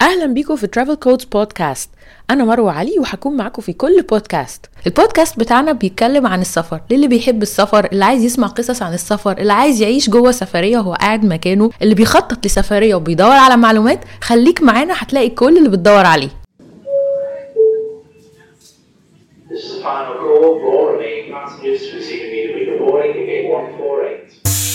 أهلا بيكم في Travel Codes Podcast. أنا مروة علي وهكون معاكم في كل بودكاست. البودكاست بتاعنا بيتكلم عن السفر، للي بيحب السفر، اللي عايز يسمع قصص عن السفر، اللي عايز يعيش جوه سفرية وهو قاعد مكانه، اللي بيخطط لسفرية وبيدور على معلومات. خليك معانا هتلاقي كل اللي بتدور عليه. This is the final call for remaining passengers to receive immediately boarding gate 148.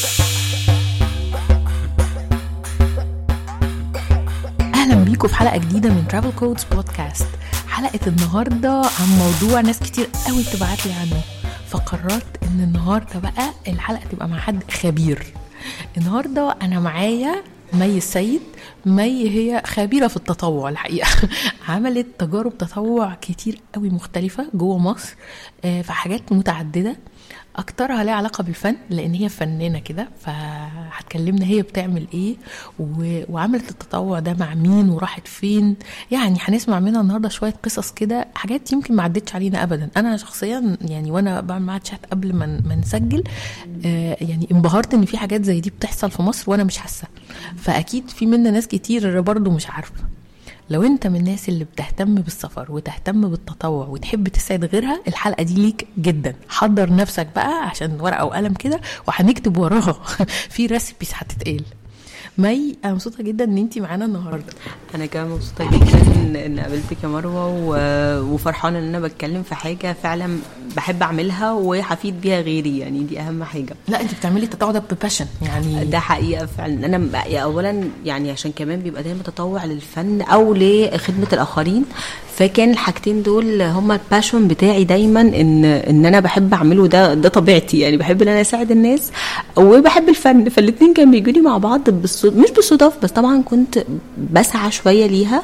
أهلا بيكم في حلقة جديدة من Travel Codes Podcast. حلقة النهاردة عن موضوع ناس كتير قوي بتبعت لي عنه، فقررت ان النهاردة بقى الحلقة تبقى مع حد خبير. النهاردة انا معايا مي السيد. مي هي خبيرة في التطوع الحقيقة. عملت تجارب تطوع كتير قوي مختلفة جوه مصر في حاجات متعددة، اكترها لها علاقة بالفن لان هي فنانة كده. فهتكلمنا هي بتعمل ايه وعملت التطوع ده مع مين وراحت فين. يعني هنسمع منها النهاردة شوية قصص كده، حاجات يمكن ما عدتش علينا ابدا. انا شخصيا يعني وانا بعمل معاها تشات قبل ما نسجل يعني انبهرت ان في حاجات زي دي بتحصل في مصر وانا مش حاسة. فاكيد في منا ناس كتير برضو مش عارفة. لو انت من الناس اللي بتهتم بالسفر وتهتم بالتطوع وتحب تساعد غيرها، الحلقة دي ليك جدا. حضر نفسك بقى عشان ورقة وقلم كده وهنكتب وراها في ريسيبيز هتتقال. مي، انا مبسوطه جدا ان انتي معانا النهارده. انا كمان مبسوطه جدا ان قابلتك يا مروه، وفرحانه ان انا بتكلم في حاجه فعلا بحب اعملها وهفيد بيها غيري، يعني دي اهم حاجه. لا انتي بتعملي التطوع ده بباشن، يعني ده حقيقه فعلا. انا اولا يعني عشان كمان بيبقى دايما تطوع للفن او لخدمه الاخرين، فكان الحاجتين دول هما الباشون بتاعي دايما، ان انا بحب اعمله. ده طبيعتي، يعني بحب ان انا اساعد الناس وبحب الفن، فالاتنين كانوا بيجوني مع بعض مش بالصدف، بس طبعا كنت بسعى شويه ليها.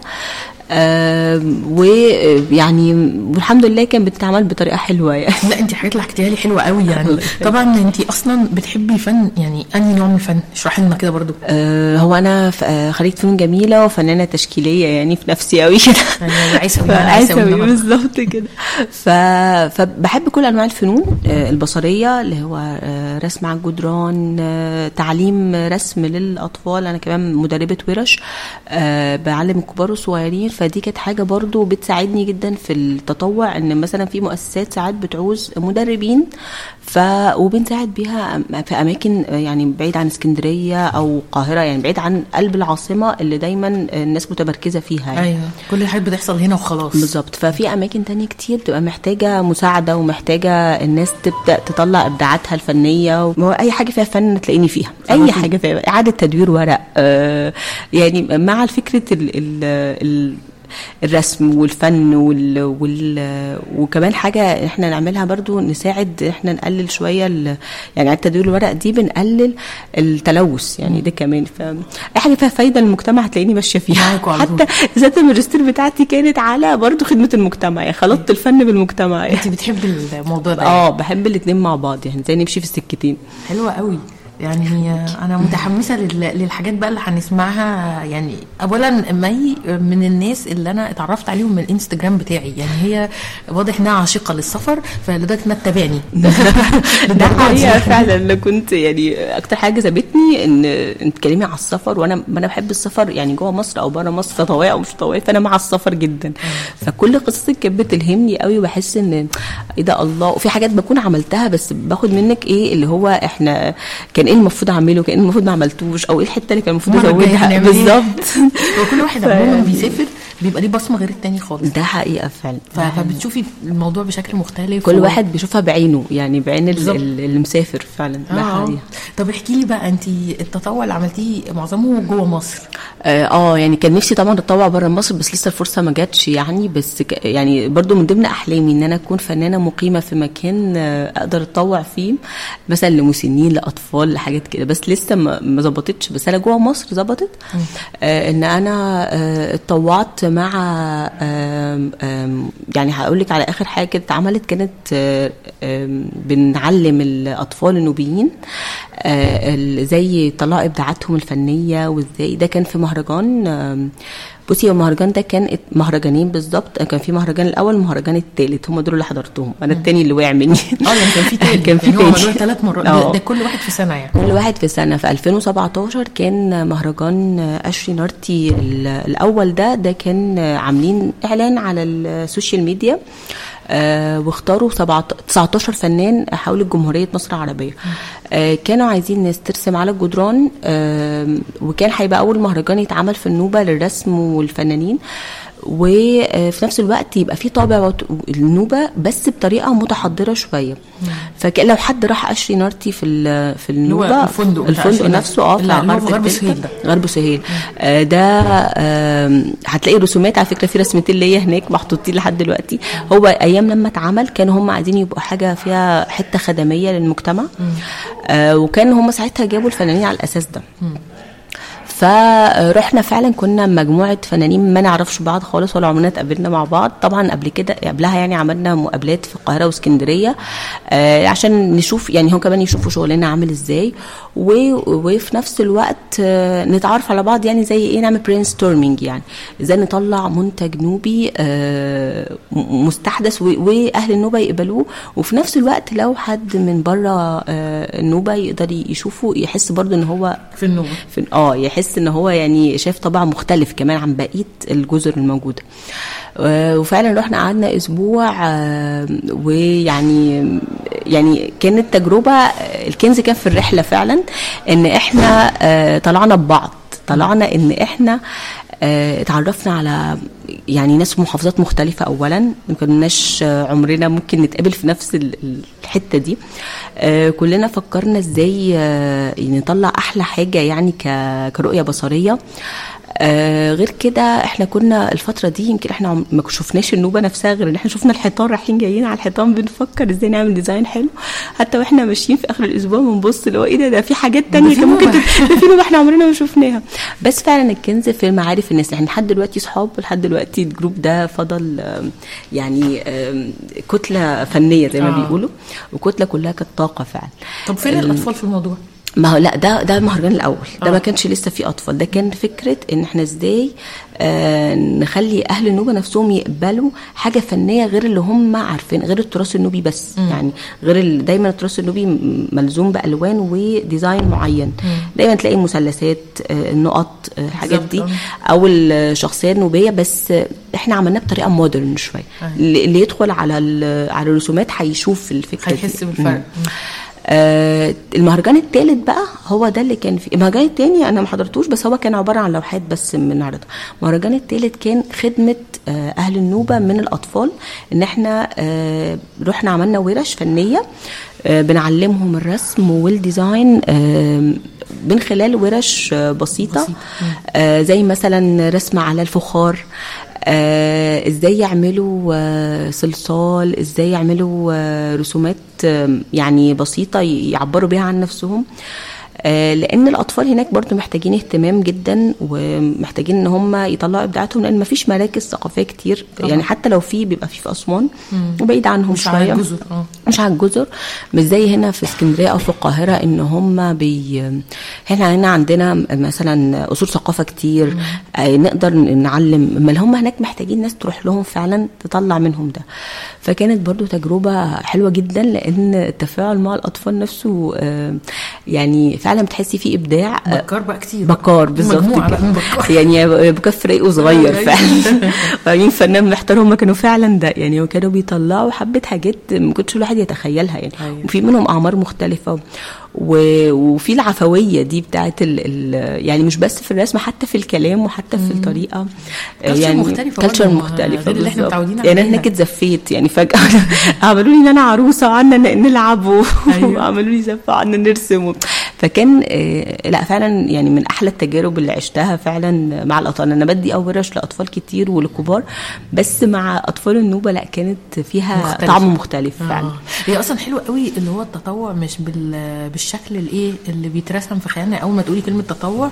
ويعني والحمد لله كان بتتعمل بطريقه حلوه يعني. لا انت حاجات اللي حكيتيها لي حلوه قوي يعني. طبعا انت اصلا بتحبي الفن، يعني انهي نوع من الفن؟ اشرحي لنا كده برضو. هو انا خريجه فنون جميله وفنانه تشكيليه، يعني في نفسي قوي كده، يعني عايزه بالظبط كده. فبحب كل انواع الفنون البصريه، اللي هو رسم على الجدران، تعليم رسم للاطفال. انا كمان مدربه ورش بعلم الكبار والصغيرين، فدي كانت حاجه برضو بتساعدني جدا في التطوع. ان مثلا في مؤسسات ساعات بتعوز مدربين، وبنساعد بيها في اماكن يعني بعيد عن اسكندريه او القاهره، يعني بعيد عن قلب العاصمه اللي دايما الناس متمركزه فيها يعني. ايوه، كل حاجه بتحصل هنا وخلاص. بالظبط. ففي اماكن تانية كتير بتبقى محتاجه مساعده ومحتاجه الناس تبدا تطلع ابداعاتها الفنيه، اي حاجه فيها فن تلاقيني فيها، اي حاجه فيها اعاده تدوير ورق، يعني مع فكره الرسم والفن وكمان حاجة احنا نعملها برضو، نساعد احنا نقلل شوية يعني على تدوير الورق دي بنقلل التلوث يعني. ده كمان اي حاجة فيها فايدة للمجتمع هتلاقيني ماشية فيها. حتى ذات الماجستير بتاعتي كانت على برضو خدمة المجتمع، يعني خلطت الفن بالمجتمع يعني. انت بتحبي الموضوع ده؟ بحب الاتنين مع بعض، يعني زي نمشي في السكتين. حلوة قوي يعني. أنا متحمسة للحاجات بقى اللي هنسمعها. يعني أولا مي من الناس اللي أنا اتعرفت عليهم من الانستجرام بتاعي، يعني هي واضح إنها عاشقة للسفر، فلدرجة إنها تتابعني. ده حقيقة فعلا. كنت يعني أكتر حاجة جذبتني إن تكلمي على السفر، وأنا بحب السفر يعني جوه مصر أو بره مصر، طوائع أو مش طوائع، فأنا مع السفر جدا. فكل قصتك كانت بتلهمني قوي، وبحس إن إيه ده الله. وفي حاجات بكون عملتها بس باخد منك إيه اللي هو إحنا كان ايه المفروض اعمله، كان المفروض ما عملتوش، او ايه الحته اللي كان المفروض ازودها. بالظبط. وكل واحد عموما بيسافر بيبقى ليه بصمه غير التاني خالص. ده حقيقه فعلا. فبتشوفي الموضوع بشكل مختلف، كل واحد بيشوفها بعينه، يعني بعين اللي مسافر فعلا. ده حقيقه. طب احكي لي بقى، انت التطوع اللي عملتيه معظمه جوه مصر؟ يعني كان نفسي طبعا اتطوع بره مصر، بس لسه الفرصه ما جاتش يعني. بس يعني برضو من ضمن احلامي ان انا اكون فنانه مقيمه في مكان اقدر اتطوع فيه، مثلا لمسنين، لاطفال، لحاجات كده. بس لسه ما ظبطتش، بس انا جوه مصر ظبطت. ان انا اتطوعت مع يعني هقول لك على اخر حاجه اتعملت، كانت بنعلم الاطفال النوبيين زي طلع ابداعاتهم الفنيه وازاي. ده كان في مهرجان بصي المهرجان ده كان مهرجانين بالظبط، كان في مهرجان الاول والمهرجان الثالث، هم دول اللي حضرتهم، انا الثاني اللي وقع مني. يعني كان في تاني كان في يعني هو تاني. عملوه 3 مرات ده كل واحد في سنه يعني. كل واحد في سنه. في 2017 كان مهرجان اشري نارتي الاول ده كان عاملين اعلان على السوشيال ميديا، واختاروا 19 فنان حول جمهورية مصر العربية. كانوا عايزين ناس ترسم على الجدران، وكان هيبقى أول مهرجان يتعمل في النوبة للرسم والفنانين، وفي نفس الوقت يبقى في طابع النوبة بس بطريقة متحضرة شوية. فلو حد راح أشري نارتي في النوبة، الفندق نفسه غرب سهيل ده هتلاقي رسومات على فكرة، في رسمتين ليا هناك محطوطين لحد دلوقتي. هو أيام لما اتعمل كانوا هم عايزين يبقوا حاجة فيها حتة خدمية للمجتمع، وكان هم ساعتها جابوا الفنانين على الأساس ده. فرحنا فعلا، كنا مجموعة فنانين ما نعرفش بعض خالص ولا عمرنا اتقابلنا مع بعض. طبعا قبلها يعني عملنا مقابلات في القاهرة واسكندرية عشان نشوف يعني هم كمان يشوفوا شغلنا عامل ازاي، وفي نفس الوقت نتعرف على بعض، يعني زي ايه، نعمل برين ستورمينج، يعني ازاي نطلع منتج نوبي مستحدث واهل النوبة يقبلوه، وفي نفس الوقت لو حد من بره النوبة يقدر يشوفه يحس برضو ان هو في النوبة يحس ان هو يعني شايف طبع مختلف كمان عن بقيه الجزر الموجوده. وفعلا رحنا قعدنا اسبوع، ويعني كانت تجربه. الكنز كان في الرحله فعلا ان احنا طلعنا ببعض، طلعنا ان احنا اتعرفنا على يعني ناس محافظات مختلفة. أولا ما كناش عمرنا ممكن نتقابل في نفس الحتة دي. كلنا فكرنا ازاي نطلع أحلى حاجة يعني كرؤية بصرية. غير كده احنا كنا الفترة دي يمكن احنا ما شفناش النوبة نفسها، غير ان احنا شفنا الحيطان، رايحين جايين على الحيطان بنفكر ازاي نعمل ديزاين حلو. حتى واحنا ماشيين في اخر الاسبوع بنبص اللي هو ايه ده في حاجات تانية كان ممكن في نوبة احنا عمرنا ما شفناها. بس فعلا الكنز في معارف الناس. احنا لحد دلوقتي صحاب، لحد دلوقتي الجروب ده فضل يعني كتلة فنية زي ما بيقولوا، وكتلة كلها كانت طاقة فعلا. طب فين الأطفال في الموضوع؟ ما هو لا، ده المهرجان الاول ده ما كانش لسه فيه اطفال. ده كان فكره ان احنا ازاي نخلي اهل النوبه نفسهم يقبلوا حاجه فنيه غير اللي هم عارفين، غير التراث النوبي بس. يعني غير دايما التراث النوبي ملزوم بالوان وديزاين معين. دايما تلاقي مثلثات، النقط، الحاجات دي، او الشخصيه النوبيه. بس احنا عملناه بطريقه مودرن شويه. اللي يدخل على الرسومات هيشوف الفكره، هيحس بالفرق. المهرجان الثالث بقى هو ده اللي كان فيه. المهرجان الثاني انا ما حضرتوش، بس هو كان عباره عن لوحات بس بنعرضها. المهرجان الثالث كان خدمه اهل النوبه من الاطفال، ان احنا رحنا عملنا ورش فنيه بنعلمهم الرسم والديزاين من خلال ورش بسيطه. زي مثلا رسم على الفخار، ازاي يعملوا صلصال، ازاي يعملوا رسومات يعني بسيطة يعبروا بيها عن نفسهم. لان الاطفال هناك برضو محتاجين اهتمام جدا، ومحتاجين ان هم يطلعوا ابداعاتهم، لان مفيش مراكز ثقافيه كتير. يعني حتى لو بيبقى في اسوان وبعيد عنهم مش شويه، مش على الجزر، مش زي هنا في اسكندريه او في القاهره ان هم احنا هنا عندنا مثلا اصول ثقافه كتير نقدر نعلم. اما هم هناك محتاجين ناس تروح لهم فعلا تطلع منهم ده. فكانت برضو تجربه حلوه جدا، لان التفاعل مع الاطفال نفسه يعني فعلا بتحسي فيه ابداع. بكار بقى كتير، بكار بالظبط يعني بكف رقيقه صغير فعلا. وبعدين فنان محتار، هم كانوا فعلا ده يعني، وكانوا بيطلعوا حبه حاجات ما كنتش الواحد يتخيلها يعني. وفي منهم اعمار مختلفه، وفي العفويه دي بتاعت يعني مش بس في الرسم، حتى في الكلام وحتى في الطريقه. يعني كلتشر مختلفه اللي احنا متعودين عليها. يعني انا هناك اتزفيت يعني فجاه عملوا لي ان انا عروسه وقعدنا نلعب وعملوا لي زفه وقعدنا نرسم فكان لا فعلا يعني من احلى التجارب اللي عشتها فعلا مع الاطفال. انا بدي ورش لاطفال كتير ولكبار، بس مع اطفال النوبه لا كانت فيها طعم مختلف فعلا. هي اصلا حلوه قوي اللي هو التطوع، مش بالشكل الايه اللي بيترسم في خيالنا. اول ما تقولي كلمه تطوع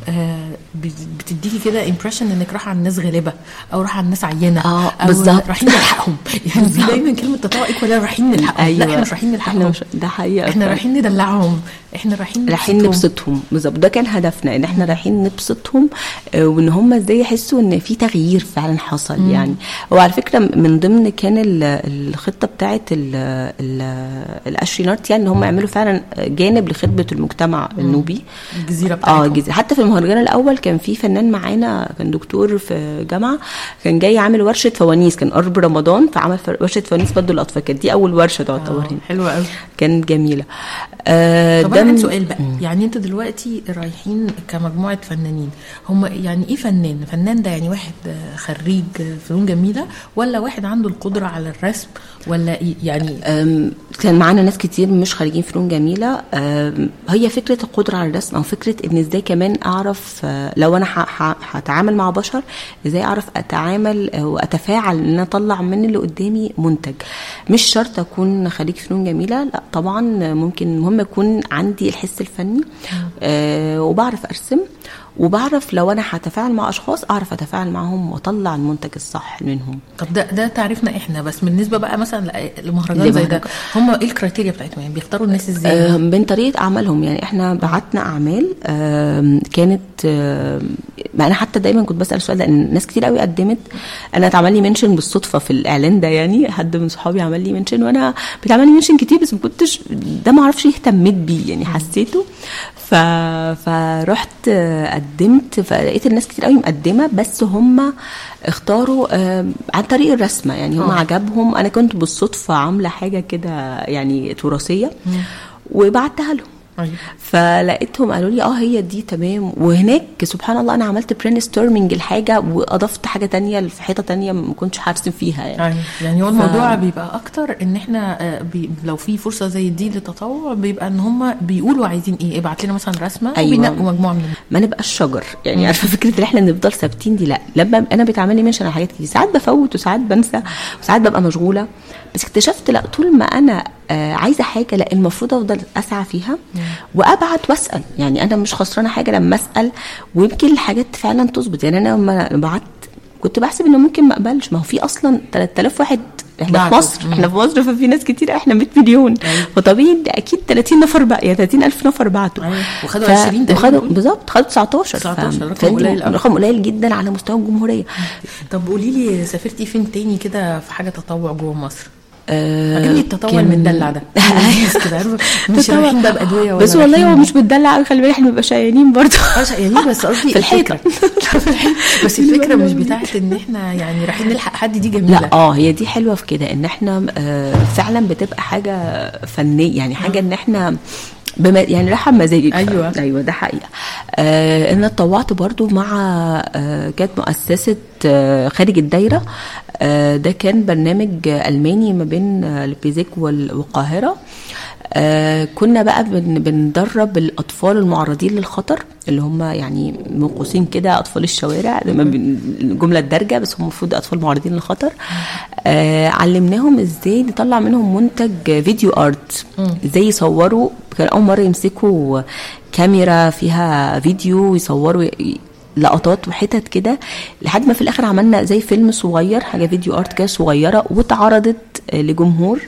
بتديكي كده امبريشن انك رايحه على الناس غالبه، او رايحه على الناس عينه، او بالظبط رايحين نلحقهم. يعني دايما كلمه تطوع ايكوال رايحين نلحقهم. لا احنا مش رايحين نلحقهم، ده حقيقه احنا رايحين ندلعهم، احنا رايحين رايحين نبسطهم بالظبط. ده كان هدفنا، ان احنا رايحين نبسطهم، وان هم ازاي يحسوا ان في تغيير فعلا حصل. يعني وعلى فكره من ضمن كان الخطه بتاعه الاشرينات، يعني ان هم يعملوا فعلا جانب لخدمه المجتمع النوبي، الجزيره بتاعتهم. الجزيره. حتى في المهرجان الاول كان في فنان معانا، كان دكتور في جامعه، كان جاي عامل ورشه فوانيس، كان قرب رمضان، فعمل ورشه فوانيس برضه للاطفال. كانت دي اول ورشه تعتبر هنا، حلوه قوي، كانت جميله. طب انا عندي سؤال بقى، يعني انتوا دلوقتي رايحين كمجموعه فنانين، هم يعني ايه فنان ده؟ يعني واحد خريج فنون جميله، ولا واحد عنده القدره على الرسم، ولا ايه يعني؟ كان معانا ناس كتير مش خارجين فنون جميله. هي فكره القدره على الرسم، او فكره ان ازاي كمان اعرف لو انا هتعامل مع بشر، ازاي اعرف اتعامل واتفاعل ان انا اطلع من اللي قدامي منتج. مش شرط اكون خريج فنون جميله، لا طبعا ممكن، المهم يكون عندي الحس الفني، وبعرف ارسم، وبعرف لو انا هتفاعل مع اشخاص اعرف اتفاعل معهم واطلع المنتج الصح منهم. طب ده تعرفنا احنا، بس بالنسبه بقى مثلا لمهرجان زي ده، هم ايه الكرايتيريا بتاعتهم؟ يعني بيختاروا الناس ازاي؟ من طريقه اعمالهم. يعني احنا بعتنا اعمال كانت، انا حتى دايما كنت بسال السؤال ده، ان ناس كتير قوي قدمت. انا اتعمل لي منشن بالصدفه في الاعلان ده، يعني حد من صحابي عمل لي منشن، وانا بيتعمل لي منشن كتير بس ما كنتش، ده ما اعرفش اهتميت بيه، يعني حسيته. فرحت قدمت، فلقيت الناس كتير قوي مقدمه، بس هم اختاروا عن طريق الرسمه. يعني هم عجبهم. انا كنت بالصدفه عامله حاجه كده يعني تراثيه، وبعتها لهم. فلقيتهم قالوا لي هي دي تمام. وهناك سبحان الله انا عملت برين ستورمنج الحاجه، واضفت حاجه تانية في حيطه تانية ما كنتش هرسم فيها. يعني هو الموضوع بيبقى اكتر ان احنا لو في فرصه زي دي للتطوع، بيبقى ان هم بيقولوا عايزين ايه، ابعت لنا مثلا رسمه، وبينقوا مجموعه منهم، ما نبقاش شجر. يعني عارفه فكره ان احنا نفضل ثابتين دي، لا. لما انا بيتعمل لي منشن على حاجات كتير، ساعات بفوت وساعات بنسى وساعات ببقى مشغوله، بس اكتشفت لا، طول ما انا عايزه حاجه، لا المفروض افضل اسعى فيها وابعت واسال. يعني انا مش خسرانه حاجه لما اسال، ويمكن الحاجات فعلا تظبط. يعني انا لما بعت كنت بحسب انه ممكن ما اقبلش، ما هو في اصلا 3000 واحد احنا في مصر، ففي ناس كتير، احنا 100 مليون. فطبيعي اكيد 30 نفر بقى، يعني 30,000 نفر بعتوا، وخدوا 20 بالظبط، خدوا 19 رقم قليل جدا على مستوى الجمهوريه. طب قولي لي، سافرتي فين تاني كده في حاجه تطوع جوه مصر؟ عجبني التطوع المدلع ده كده، مش رايحين بقى بادويه ولا، بس والله هو مش متدلع قوي، خلي بالك احنا بنبقى شقيانين برضه. شقيانين، بس قصدي في الفكره بس الفكره مش بتاعت ان احنا يعني رايحين نلحق حد، دي جميله. لا هي دي حلوه في كده، ان احنا فعلا بتبقى حاجه فنيه، يعني حاجه ان احنا يعني راحه بمزاجك. ايوه ده حقيقه. انا اتطوعت برضو مع كانت مؤسسه خارج الدايره. ده كان برنامج الماني ما بين لبيزيك والقاهره. كنا بقى بندرب الاطفال المعرضين للخطر، اللي هم يعني من قوسين كده اطفال الشوارع، الجمله الدارجه، بس هم المفروض اطفال معرضين للخطر. علمناهم ازاي نطلع منهم منتج فيديو ارت، ازاي يصوروا. كان اول مره يمسكوا كاميرا فيها فيديو ويصوروا لقطات وحتت كده، لحد ما في الاخر عملنا زي فيلم صغير، حاجه فيديو ارت كده صغيره، واتعرضت لجمهور.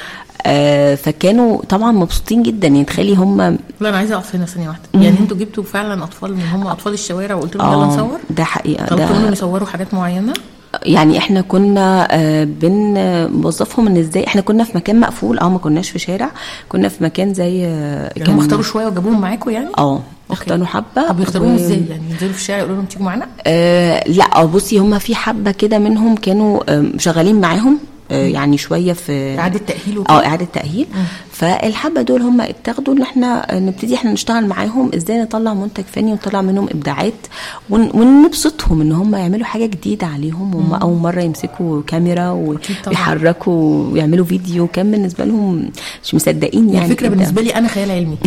فكانوا طبعا مبسوطين جدا. يعني تخيلي هم، لا انا عايزه اقف هنا ثانيه واحده. يعني انتوا جبتوا فعلا اطفال من هم اطفال الشوارع وقلتوا لهم يلا نصور؟ ده حقيقه. طلبتوا منهم يصوروا حاجات معينه؟ يعني احنا كنا بنوظفهم ان ازاي. احنا كنا في مكان مقفول، ما كناش في شارع، كنا في مكان زي يعني هم اختاروا شويه وجابوهم معاكم يعني؟ اختاروا حبه. طب يختاروهم ازاي؟ يعني ينزلوا في الشارع يقولوا لهم تيجوا معانا؟ لا بصي، هم في حبه كده منهم كانوا شغالين معاهم، يعني شويه في اعاده تاهيل وكده. اعاده تاهيل. فالحبه دول هم اتاخدوا ان احنا نبتدي احنا نشتغل معاهم ازاي نطلع منتج فني ونطلع منهم ابداعات، ونبسطهم ان هم يعملوا حاجه جديده عليهم. هم اول مره يمسكوا كاميرا ويحركوا ويعملوا فيديو، كان بالنسبه لهم مش مصدقين. يعني الفكره بالنسبه لي انا خيال علمي.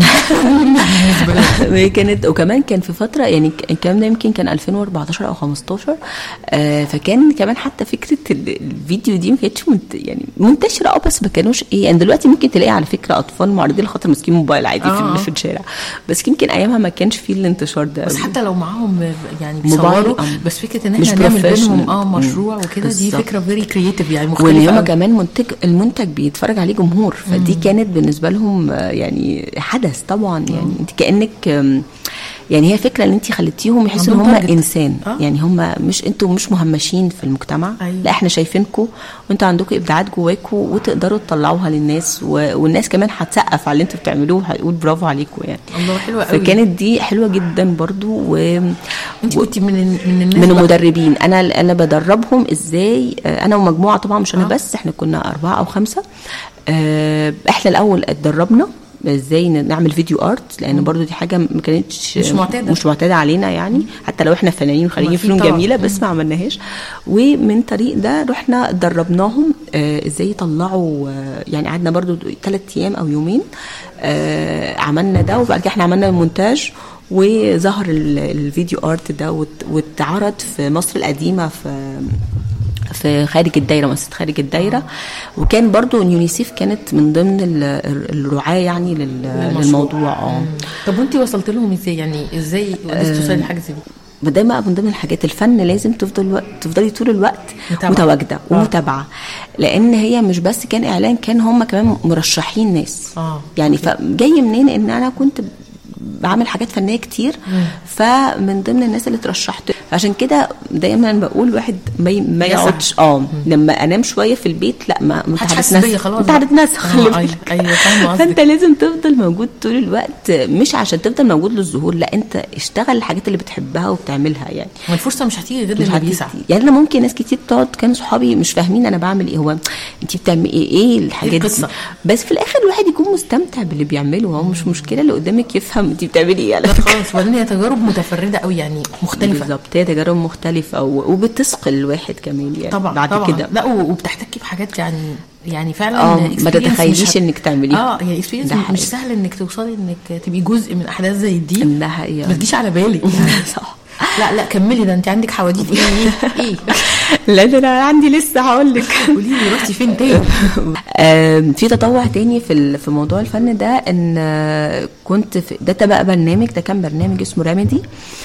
كانت. وكمان كان في فتره، يعني الكلام ده يمكن كان 2014 او 15. فكان كمان حتى فكره الفيديو دي ما كانتش يعني منتشره بس ما كانوش ايه. يعني دلوقتي ممكن تلاقي على فكره اطفال معرضين لخاطر ماسكين موبايل عادي في الشارع، بس يمكن ايامها ما كانش فيه الانتشار ده. بس حتى لو معاهم يعني بيصوروا، بس فكره ان احنا نعمل بينهم مشروع وكده، دي فكره فيري كرييتيف يعني مختلفه. وان هم كمان المنتج بيتفرج عليه جمهور، فدي كانت بالنسبه لهم يعني حدث طبعا. يعني انت كانك يعني هي فكره ان انت خليتيهم يحسوا ان هم انسان. يعني هم مش انتوا مش مهمشين في المجتمع. لا احنا شايفينكم وانتوا عندكم ابداعات جواكم وتقدروا تطلعوها للناس، والناس كمان هتسقف على اللي انتوا بتعملوه، هتقول برافو عليكم يعني. الله حلوه قوي. فكانت دي حلوه جدا برضو. انت كنتي من الناس من المدربين. انا بدربهم ازاي، انا ومجموعه طبعا مش انا بس، احنا كنا 4 أو 5. احنا الاول اتدربنا ازاي نعمل فيديو ارت، لان برضو دي حاجه ما كانتش مش معتاده علينا يعني. حتى لو احنا فنانين وخريجين فنون جميله بس ما عملناهاش. ومن طريق ده رحنا دربناهم ازاي يطلعوا. يعني قعدنا برضو 3 أيام أو يومين عملنا ده، وبعد كده احنا عملنا المونتاج وظهر الفيديو ارت ده واتعرض في مصر القديمه في خارج الدايره، مؤسسه خارج الدايره. وكان برضو يونيسيف كانت من ضمن الرعاه يعني للموضوع. طب وانتي وصلت لهم ازاي؟ يعني ازاي توصلي لحاجه زي دي؟ دايما من ضمن الحاجات الفن لازم تفضلي طول الوقت متواجده ومتابعه، لان هي مش بس كان اعلان، كان هم كمان مرشحين ناس. يعني فجاي منين ان انا كنت بعمل حاجات فنيه كتير، فمن ضمن الناس اللي اترشحت. عشان كده دايما بقول واحد ما يقعدش لما انام شويه في البيت، لا ما تعرف ايوه فاهمه. فانت لازم تفضل موجود طول الوقت، مش عشان تفضل موجود للظهور، لا انت اشتغل الحاجات اللي بتحبها وبتعملها. يعني الفرصه مش هتيجي غير لما تسعى. يعني انا ممكن ناس كتير تقعد، كانوا صحابي مش فاهمين انا بعمل ايه، هو انت بتعملي ايه الحاجات دي، بس في الاخر الواحد يكون مستمتع باللي بيعمله. هو مش مشكله اللي قدامك يفهم انت بتعملي ايه. لا خالص. وبعدين هي تجارب متفرده قوي يعني مختلفه. بالظبط، هي تجارب مختلفه وبتثقل الواحد كمان يعني. طبعا كده. لا وبتحتكي بحاجات يعني فعلا ما تتخيليش انك تعمليها. يعني اكسبيرينس مش سهل انك توصلي انك تبقي جزء من احداث زي دي. ده حقيقي ما تجيش على بالك يعني. صح. لا كملي، ده انت عندك حواديت ايه لا ده انا عندي لسه هقول لك. قولي لي رحتي فين تاني؟ في تطوع تاني في موضوع الفن ده، ان كنت ده تبع برنامج، ده كان برنامج اسمه ريميدي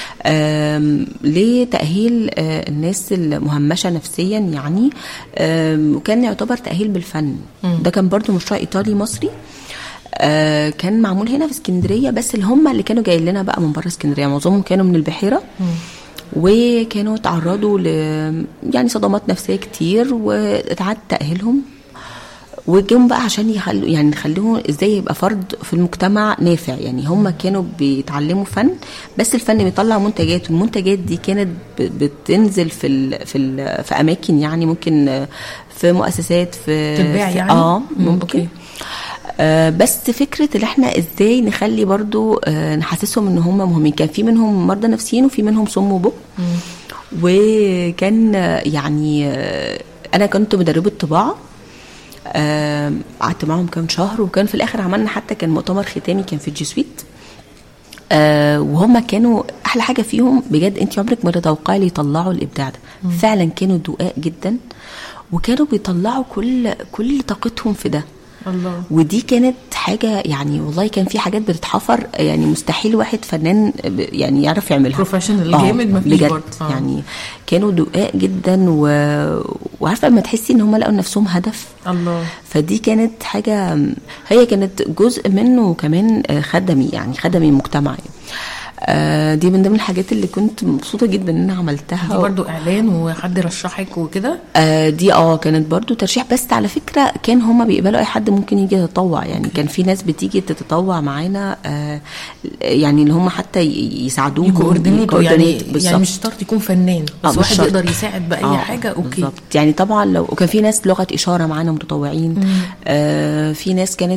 لتأهيل الناس المهمشة نفسيا يعني. وكان يعتبر تأهيل بالفن. ده كان برضو مشروع إيطالي مصري، كان معمول هنا في اسكندريه، بس اللي كانوا جايين لنا بقى من بره اسكندريه معظمهم كانوا من البحيره. وكانوا تعرضوا يعني صدمات نفسيه كتير، واتعاد تاهيلهم وجم بقى عشان نخليهم ازاي يبقى فرد في المجتمع نافع. يعني هم كانوا بيتعلموا فن، بس الفن بيطلع منتجات، والمنتجات دي كانت بتنزل في اماكن، يعني ممكن في مؤسسات في تتباع يعني. ممكن. بس فكرة اللي احنا ازاي نخلي برضو نحسسهم ان هم مهمين. كان في منهم مرضى نفسيين وفي منهم صم وبكم. وكان يعني انا كنت مدربة طباعة، قعدت معهم كام شهر، وكان في الاخر عملنا حتى كان مؤتمر ختامي كان في الجيسويت. وهم كانوا احلى حاجة فيهم بجد، انت عمرك ما تتوقعي اللي يطلعوا الابداع ده. فعلا كانوا دقاق جدا، وكانوا بيطلعوا كل طاقتهم في ده. الله. ودي كانت حاجة يعني والله كان في حاجات بتتحفر، يعني مستحيل واحد فنان يعني يعرف يعملها. بروفيشنال جامد ما فيش برضه. يعني كانوا دقاق جدا وعارفة لما تحسي ان هم لقوا نفسهم هدف. الله. فدي كانت حاجة، هي كانت جزء منه كمان خدمي، يعني خدمي مجتمعي. دي من ضمن الحاجات اللي كنت مبسوطه جدا ان انا عملتها. دي برضو اعلان وحد رشحك وكده؟ دي كانت برضو ترشيح، بس على فكره كان هما بيقبلوا اي حد ممكن يجي يتطوع. يعني كان في ناس بتيجي تتطوع معانا، يعني اللي هم حتى يساعدوهم يكوردينيتوا يعني مش شرط يكون فنان، بس واحد يقدر يساعد باي حاجه. اوكي بالظبط. يعني طبعا لو كان في ناس لغه اشاره معانا متطوعين، في ناس كانت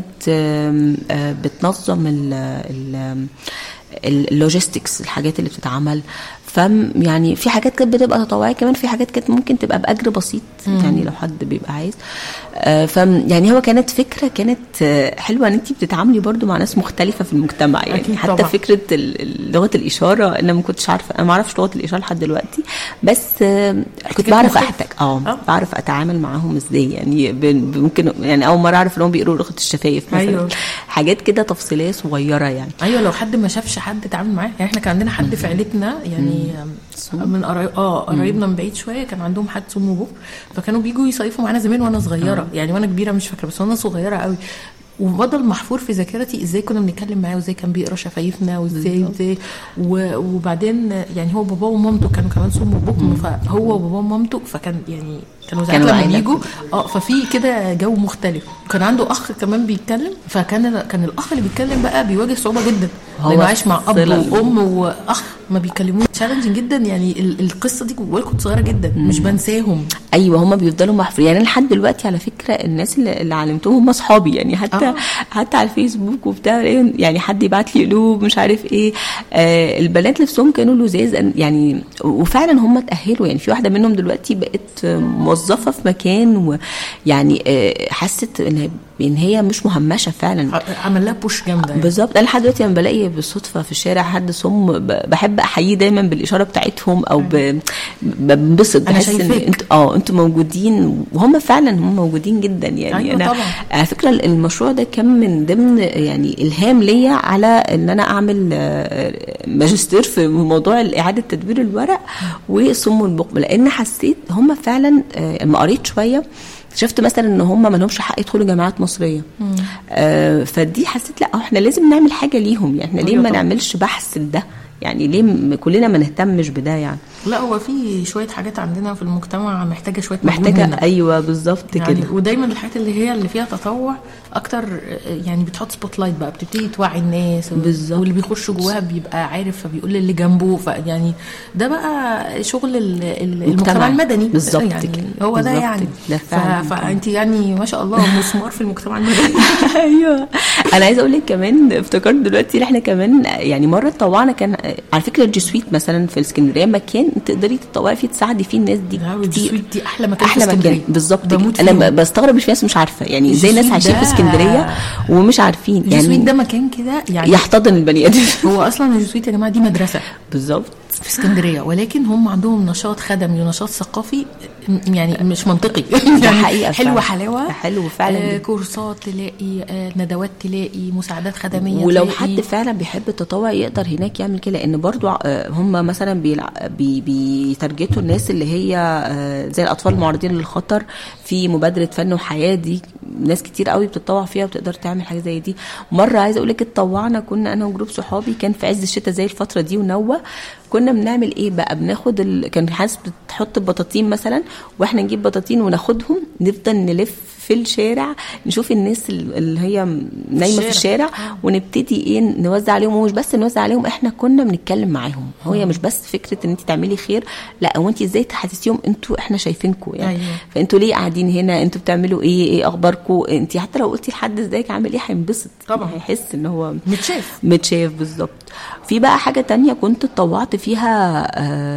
بتنظم اللوجيستكس، الحاجات اللي بتتعمل. يعني في حاجات كانت بتبقى تطوعيه كمان، في حاجات كانت ممكن تبقى باجر بسيط يعني لو حد بيبقى عايز. يعني هو كانت فكره كانت حلوه ان انت بتتعاملي برضو مع ناس مختلفه في المجتمع يعني. حتى طبعا. فكره لغه الاشاره انا ما كنتش عارفه، انا ما اعرفش لغه الاشاره لحد دلوقتي، بس كنت بعرف احتك بعرف اتعامل معاهم ازاي يعني. ممكن يعني اول مره اعرف انهم بيقروا لغه الشفايف مثلا. أيوه. حاجات كده تفصيليه صغيره يعني. ايوه لو حد ما شافش حد اتعامل معاه يعني. احنا كان عندنا حد في عيلتنا يعني من قرايبنا من بعيد شويه كان عندهم حد سم وبوك، فكانوا بيجوا يصيفوا معانا زمان وانا صغيره يعني، وانا كبيره مش فاكره بس وانا صغيره قوي، وفضل محفور في ذاكرتي ازاي كنا بنتكلم معاه وازاي كان بيقرا شفايفنا وازاي وبعدين يعني هو باباه ومامته كانوا كمان سم وبكم، فهو وباباه ومامته فكان يعني كانوا زي لما بيجوا ففي كده جو مختلف. وكان عنده اخ كمان بيتكلم، فكان الاخ اللي بيتكلم بقى بيواجه صعوبه جدا لانه عايش مع اب وام واخ ما بيكلموش، تشالنجينج جدا يعني. القصه دي جوايا كنت صغيره جدا مش بنساهم. ايوه هم بيفضلوا محفورين يعني. لحد دلوقتي على فكره الناس اللي علمتهم هم اصحابي يعني، حتى على الفيسبوك وبتاع يعني حد يبعت لي قلوب مش عارف ايه. البنات نفسهم كانوا لذاذ يعني، وفعلا هم تاهلوا يعني. في واحده منهم دلوقتي بقت موظفه في مكان ويعني حست ان هي مش مهمشه فعلا، عمل لها بوش جامده يعني. بالظبط. انا لحد دلوقتي لما بلاقي بالصدفه في الشارع حد صم بحب احييه دايما بالاشاره بتاعتهم او بنبسط، بحس ان انتوا موجودين، وهم فعلا هم موجودين جدا يعني. أيوة انا طبعا. على فكره المشروع ده كان من ضمن يعني الهام ليا على ان انا اعمل ماجستير في موضوع اعاده تدوير الورق والصم والبكم، لان حسيت هم فعلا لما قريت شويه شفت مثلا ان هم ما لهمش حق يدخلوا جامعات مصريه. فدي حسيت لا احنا لازم نعمل حاجه ليهم يعني. احنا ليه ما نعملش بحث لده يعني؟ ليه كلنا ما نهتمش بده يعني؟ لا هو في شويه حاجات عندنا في المجتمع محتاجه شويه محتاجه. ايوه بالظبط يعني كده. ودايما الحاجات اللي فيها تطوع اكتر يعني بتحط سبوت لايت بقى، بتبتدي توعي الناس واللي بيخش جواها بيبقى عارف فبيقول اللي جنبه. يعني ده بقى شغل المجتمع المدني بالظبط يعني كده. هو ده يعني. فانت يعني ما شاء الله مسمار في المجتمع المدني. ايوه انا عايزه اقول لك كمان افتكرت دلوقتي احنا كمان يعني مره طوعنا كان على فكره الجسويت مثلا في الاسكندريه مكان تقدري تطوعي فيه تساعدي فيه الناس دي كتير. دي احلى مكان في اسكندريه بالظبط. انا بستغرب مش ناس مش عارفه يعني ازاي ناس عايشين في اسكندريه ومش عارفين يعني. الجسويت ده مكان كده يعني يحتضن البني ادم. هو اصلا الجسويت يا جماعه دي مدرسه بالظبط في اسكندريه، ولكن هم عندهم نشاط خدمي ونشاط ثقافي يعني مش منطقي. ده حقيقه حلوه حلاوه حلو فعلا. كورسات تلاقي ندوات تلاقي مساعدات خدميه ولو حد فعلا بيحب التطوع يقدر هناك يعمل كده. لان برضو هم مثلا بيترجتوا الناس اللي هي زي الاطفال المعرضين للخطر في مبادره فن وحياه. دي ناس كتير قوي بتتطوع فيها وبتقدر تعمل حاجه زي دي. مره عايزه اقول لك اتطوعنا، كنا انا وجروب صحابي كان في عز الشتاء زي الفتره دي ونوه. كنا بنعمل ايه بقى؟ بناخد كان حاسس بتحط بطاطين مثلا واحنا نجيب بطاطين وناخدهم نفضل نلف في الشارع نشوف الناس اللي هي نايمه في الشارع ونبتدي ايه نوزع عليهم. ومش بس نوزع عليهم، احنا كنا بنتكلم معاهم. هي مش بس فكره ان انت تعملي خير، لا وانت ازاي تحسسيهم انتوا احنا شايفينكم يعني. أيوة. فانتوا ليه قاعدين هنا؟ انتوا بتعملوا ايه اخباركم؟ انت حتى لو قلتي لحد ازيك عامل ايه هينبسط طبعا، هيحس ان هو متشاف بالظبط. في بقى حاجه تانية كنت اتطوعت فيها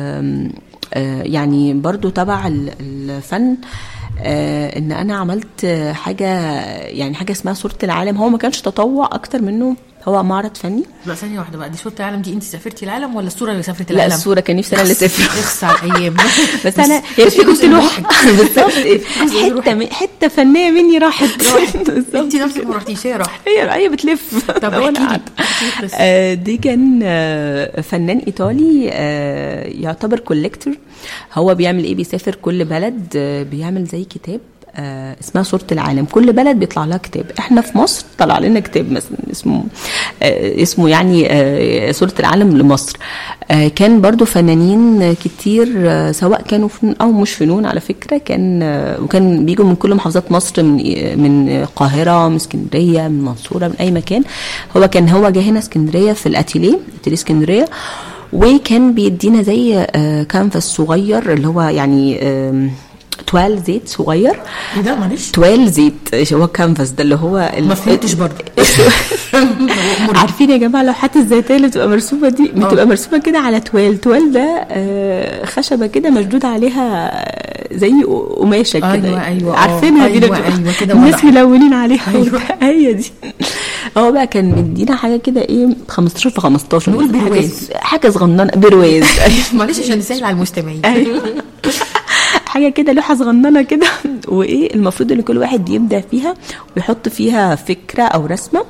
يعني برضو تبع الفن، ان انا عملت حاجه اسمها صورة العالم. هو ما كانش تطوع اكتر منه، هو معرض فني. لا ثانيه واحده بقى، دي صورة العالم دي انت سافرتي العالم ولا الصوره اللي سافرت العالم؟ لا الصوره كان نفسي انا اللي اسافر. اخس على الايام. بس انا كنت لوحه بالظبط. حته فنيه مني راحت. انت نفسك ما رحتيش، هي راحت، هي بتلف. طب احكي لي. دي كان فنان ايطالي يعتبر كوليكتور. هو بيعمل ايه؟ بيسافر كل بلد بيعمل زي كتاب اسمها صورة العالم. كل بلد بيطلع لها كتاب. احنا في مصر طلع لنا كتاب مثلا اسمه يعني صورة العالم لمصر. كان برضو فنانين كتير سواء كانوا فنون او مش فنون على فكرة. وكان بيجوا من كل محافظات مصر، من القاهرة، من اسكندرية، من المنصورة، من اي مكان. هو جه هنا اسكندرية في الاتيليه اسكندرية، وكان بيدينا زي كانفاس صغير اللي هو يعني توال زيت صغير. ايه ده معلش؟ توال زيت هو كانفاس ده اللي هو ما فهمتش برضه. عارفين يا جماعه لوحات الزيتيه اللي بتبقى مرسومه دي بتبقى مرسومه كده على توال ده خشبه كده مشدود عليها زي قماشه كده. ايوه عارفينها دي ايوه كده الناس ملونين عليها. أيوة. هي دي. هو بقى كان مدينا حاجه كده ايه 15 في 15 نقول برواز حاجه صغننه برواز. معلش عشان نسهل على المستمعين. حاجه كده لوحه صغننه كده وايه المفروض ان كل واحد يبدع فيها ويحط فيها فكره او رسمه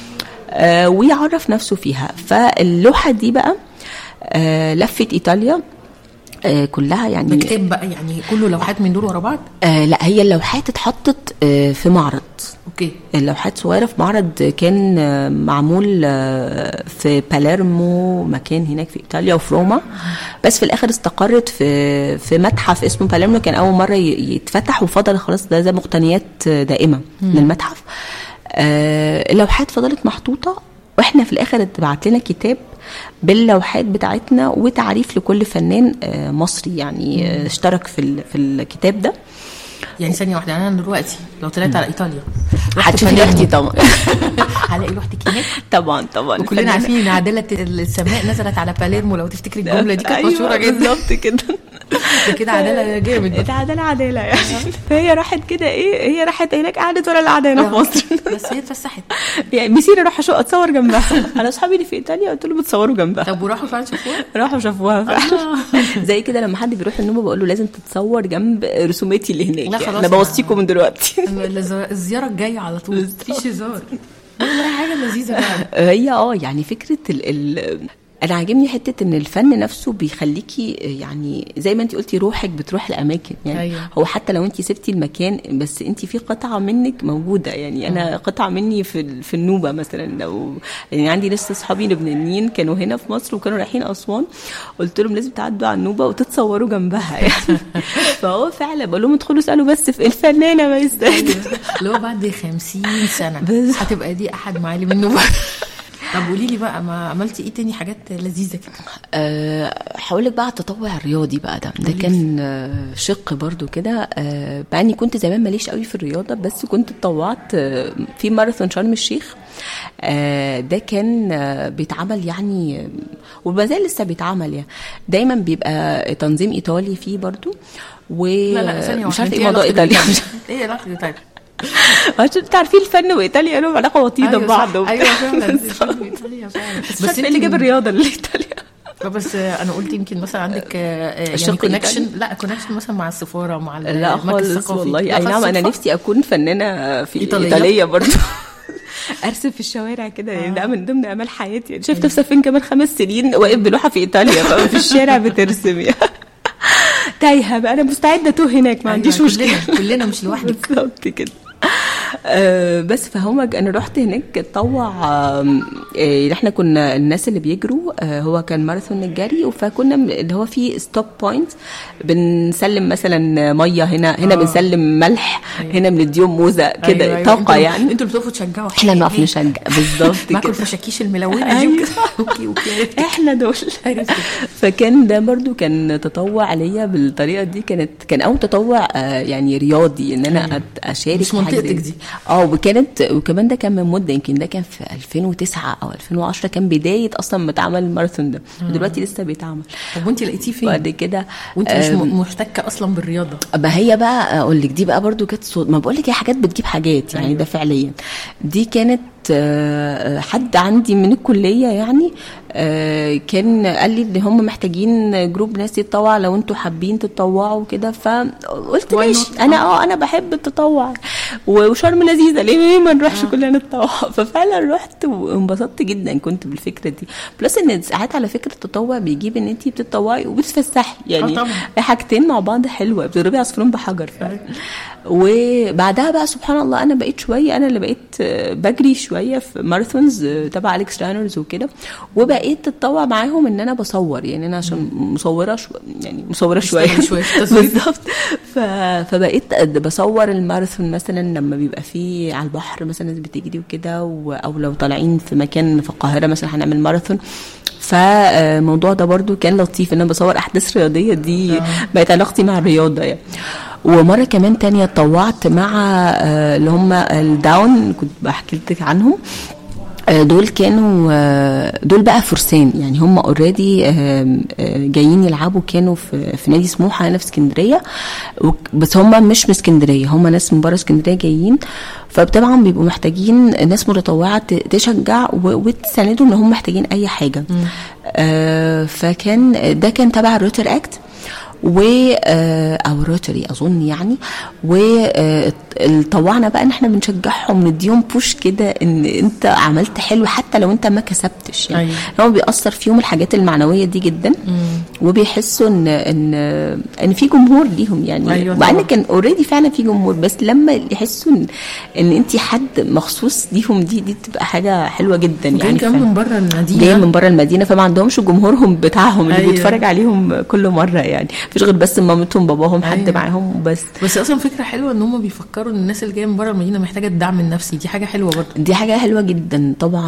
ويعرف نفسه فيها. فاللوحه دي بقى لفت ايطاليا كلها يعني. كتاب بقى يعني كله لوحات من دول ورا بعض؟ لا هي اللوحات اتحطت في معرض. اوكي. اللوحات صغيره في معرض كان معمول في باليرمو مكان هناك في ايطاليا وفي روما، بس في الاخر استقرت في متحف اسمه باليرمو كان اول مره يتفتح وفضل خلاص ده زي مقتنيات دائمه للمتحف. اللوحات فضلت محطوطه واحنا في الاخر اتبعت لنا كتاب باللوحات بتاعتنا وتعريف لكل فنان مصري يعني اشترك في الكتاب ده. يعني ثانيه واحده انا دلوقتي لو طلعت على ايطاليا هتشوفي لوحتي طبعا. هلاقي لوحتك هناك طبعا وكلنا عارفين ان عادله السماء نزلت على باليرمو لو تفتكري الجمله دي كانت مشهوره جدا. بالظبط كده. ده كده عادله جامد. ده عادله يعني. فهي راحت كده ايه هي راحت هناك قعدت ولا القعده هنا في مصر. بس هي اتفسحت يعني مسيرة اروح اتصور جنبها. انا اصحابي اللي في ايطاليا قلت لهم بتصوروا جنبها. طب وراحوا فعلا شافوها؟ راحوا شافوها فعلا. زي كده لما حد بيروح النوبه بقول له لازم تتصور جنب رسوماتي اللي هناك. لا خلاص انا بوصيكم من دلوقتي. الزياره الجايه على طول مفيش هزار. والله حاجه لذيذه فعلا. هي يعني فكره انا عاجبني حته ان الفن نفسه بيخليكي يعني زي ما انت قلتي روحك بتروح لاماكن يعني. أيوة. هو حتى لو انت سبتي المكان بس انت في قطعه منك موجوده يعني. انا قطعه مني في النوبه مثلا. لو يعني عندي لسه اصحابي لبنانيين كانوا هنا في مصر وكانوا رايحين اسوان قلت لهم لازم تعدوا على النوبه وتتصوروا جنبها يعني. فهو فعلا بقول لهم ادخلوا اسالوا بس في الفنانه ما يستاهل. اللي هو بعد 50 سنه هتبقى دي احد معالم النوبه. طب قولي لي بقى ما عملتي ايه تاني حاجات لذيذه كده؟ هقول لك بقى التطوع الرياضي بقى ده كان شق برضو كده. بقى اني كنت زمان ماليش قوي في الرياضه بس كنت اتطوعت في ماراثون شرم الشيخ. ده كان بيتعمل يعني وما زال لسه بيتعمل يعني. دايما بيبقى تنظيم ايطالي فيه برضو لا مش عارفه ايه موضوع ايطاليا. ايه علاقه ايطاليا؟ عشان تعرفين الفن وايطاليا لهم علاقه وطيده ببعض. ايوه فعلا ايطاليا فعلا. بس اللي جاب الرياضه لايطاليا. بس انا قلت يمكن مثلا عندك يعني كونكشن. لا كونكشن مثلا مع السفاره مع لا خالص والله. اي نعم انا نفسي اكون فنانه في ايطاليا برضو. ارسم في الشوارع كده يعني. ده من ضمن امال حياتي يعني. شفت نفسي فين كمان 5 سنين واقف بلوحه في ايطاليا في الشارع بترسم يعني. تايهه بقى انا مستعده اتوه هناك ما عنديش مشكله. كلنا مش لوحدك. بالظبط كده. بس فهم انا رحت هناك اتطوع. احنا كنا الناس اللي بيجروا هو كان ماراثون الجري فكنا اللي هو فيه ستوب بوينت بنسلم مثلا ميه هنا بنسلم ملح. هنا بنديهم موزه كده. طاقه يعني. انتوا بتقفوا تشجعوا احنا بنقف نشجع بالظبط كده. معاكم الفشاكيش الملونه دي. اوكي احنا دول. فكان ده برضو كان تطوع ليا بالطريقه دي. كان اول تطوع يعني رياضي ان انا اشارك مش منطقتك دي. وكمان ده كان من مده يمكن ده كان في 2009 او 2010 كان بدايه اصلا ما اتعمل الماراثون ده. دلوقتي لسه بيتعمل. طب وانت لقيتيه فين بعد كده وانت مش محتكه اصلا بالرياضه؟ ما هي بقى اقول لك دي بقى برضو كانت ما بقول لك هي حاجات بتجيب حاجات يعني. أيوة. ده فعليا دي كانت حد عندي من الكليه يعني كان قال لي ان هم محتاجين جروب ناس يتطوع لو انتوا حابين تتطوعوا كده. فقلت ماشي انا بحب التطوع وشرم لذيذه ليه ما نروحش كلنا نتطوع. ففعلا رحت وانبسطت جدا كنت بالفكره دي. بلس ان ساعات على فكره التطوع بيجيب ان انت بتتطوعي وبتفسحي يعني. حاجتين مع بعض حلوه بتضربي عصفورين بحجر فعلا. وبعدها بقى سبحان الله انا بقيت شويه انا اللي بقيت بجري شويه في ماراثونز تبع اليكس رانرز وكده. وبقيت اتطوع معاهم ان انا بصور يعني. انا عشان مصوره شويه بالظبط. فبقيت بصور الماراثون مثلا لما بيبقى فيه على البحر مثلا ناس بتجري وكده او لو طالعين في مكان في القاهره مثلا هنعمل ماراثون. فالموضوع ده برضو كان لطيف ان انا بصور احداث رياضيه دي. بقت علاقتي مع الرياضه يعني. ومره كمان تانية اتطوعت مع اللي هم الداون، كنت بحكي لك عنهم. دول بقى فرسان، يعني هم اوريدي جايين يلعبوا، كانوا في نادي سموحه هنا في اسكندريه، بس هم مش من اسكندريه، هم ناس من بره اسكندريه جايين. فطبعا بيبقوا محتاجين ناس متطوعه تشجع وتساندهم ان هم محتاجين اي حاجه. فكان ده كان تبع الروتر اكت او روتري اظن يعني. وطوعنا بقى ان احنا بنشجعهم، نديهم بوش كده ان انت عملت حلو حتى لو انت ما كسبتش يعني. هو بيأثر فيهم الحاجات المعنويه دي جدا، وبيحسوا ان في جمهور ليهم يعني. وبعدين كان اوريدي فعلا في جمهور، بس لما يحسوا ان انت حد مخصوص ليهم دي بتبقى حاجه حلوه جدا يعني. كمان من بره المدينه، جاي من بره المدينه، فما عندهمش جمهورهم بتاعهم اللي بيتفرج عليهم كل مره يعني. مفيش غير بس مامتهم باباهم حد معاهم بس اصلا فكره حلوه ان هم بيفكروا ان الناس اللي جايه من بره المدينه محتاجه الدعم النفسي. دي حاجه حلوه برضه، دي حاجه حلوه جدا طبعا.